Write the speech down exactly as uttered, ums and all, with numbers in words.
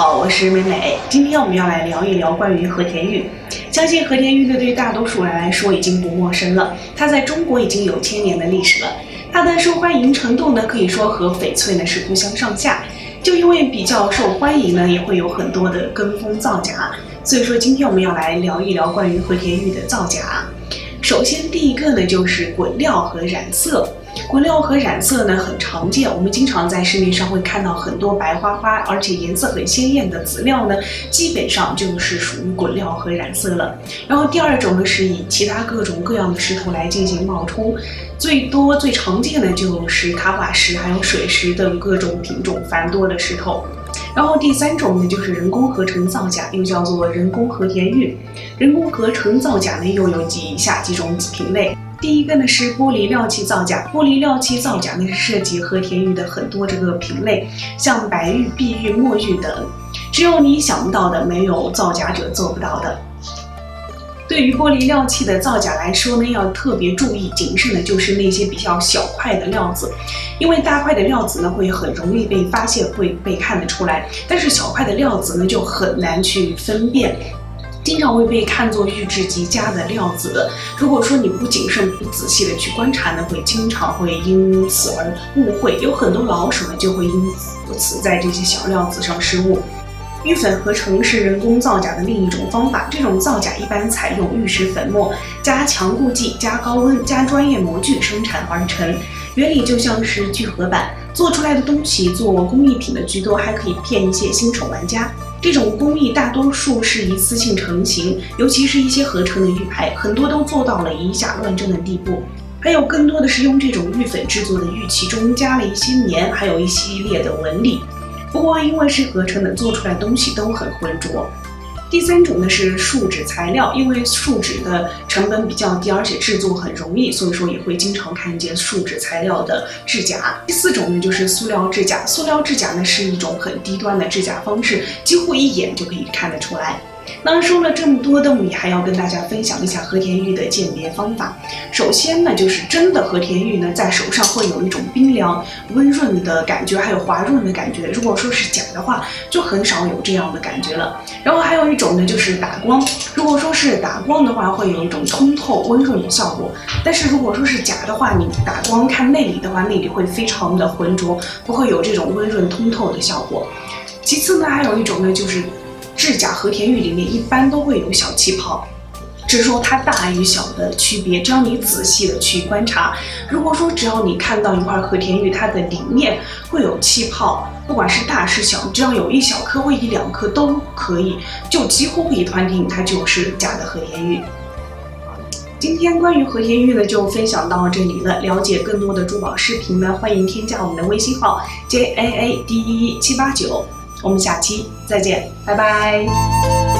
好，我是美美。今天我们要来聊一聊关于和田玉。相信和田玉呢，对大多数人来说已经不陌生了。它在中国已经有千年的历史了。它的受欢迎程度呢，可以说和翡翠呢是不相上下。就因为比较受欢迎呢，也会有很多的跟风造假。所以说，今天我们要来聊一聊关于和田玉的造假。首先，第一个呢就是滚料和染色。滚料和染色呢很常见，我们经常在市面上会看到很多白花花而且颜色很鲜艳的籽料呢，基本上就是属于滚料和染色了。然后第二种呢是以其他各种各样的石头来进行冒充，最多最常见的就是卡瓦石还有水石等各种品种繁多的石头。然后第三种呢就是人工合成造假，又叫做人工和田玉。人工合成造假呢又有以下几种品类。第一个呢是玻璃料器造假，玻璃料器造假呢是涉及和田玉的很多这个品类，像白玉、碧玉、墨玉等，只有你想不到的，没有造假者做不到的。对于玻璃料器的造假来说呢，要特别注意谨慎的就是那些比较小块的料子，因为大块的料子呢会很容易被发现，会被看得出来，但是小块的料子呢就很难去分辨。经常会被看作玉质极佳的料子的，如果说你不谨慎、不仔细的去观察呢，会经常会因此而误会，有很多老手呢就会因此在这些小料子上失误。玉粉合成是人工造假的另一种方法，这种造假一般采用玉石粉末加强固剂、加高温、加专业模具生产而成，原理就像是聚合板，做出来的东西做工艺品的居多，还可以骗一些新手玩家。这种工艺大多数是一次性成型，尤其是一些合成的玉牌，很多都做到了以假乱真的地步。还有更多的是用这种玉粉制作的玉器中加了一些棉，还有一系列的纹理。不过因为是合成的，做出来的东西都很浑浊。第三种呢是树脂材料，因为树脂的成本比较低，而且制作很容易，所以说也会经常看见树脂材料的制假。第四种呢就是塑料制假，塑料制假呢是一种很低端的制假方式，几乎一眼就可以看得出来。那说了这么多，邓米还要跟大家分享一下和田玉的鉴别方法。首先呢，就是真的和田玉呢，在手上会有一种冰凉、温润的感觉，还有滑润的感觉。如果说是假的话，就很少有这样的感觉了。然后还有一种呢，就是打光。如果说是打光的话，会有一种通透、温润的效果。但是如果说是假的话，你打光看内里的话，内里会非常的浑浊，不会有这种温润通透的效果。其次呢，还有一种呢，就是制假和田玉里面一般都会有小气泡，只是说它大与小的区别，只要你仔细的去观察。如果说只要你看到一块和田玉，它的里面会有气泡，不管是大是小，只要有一小颗或一两颗都可以，就几乎可以断定它就是假的和田玉。今天关于和田玉呢就分享到这里了。了解更多的珠宝视频呢，欢迎添加我们的微信号 J A A D E 七八九。我们下期再见，拜拜。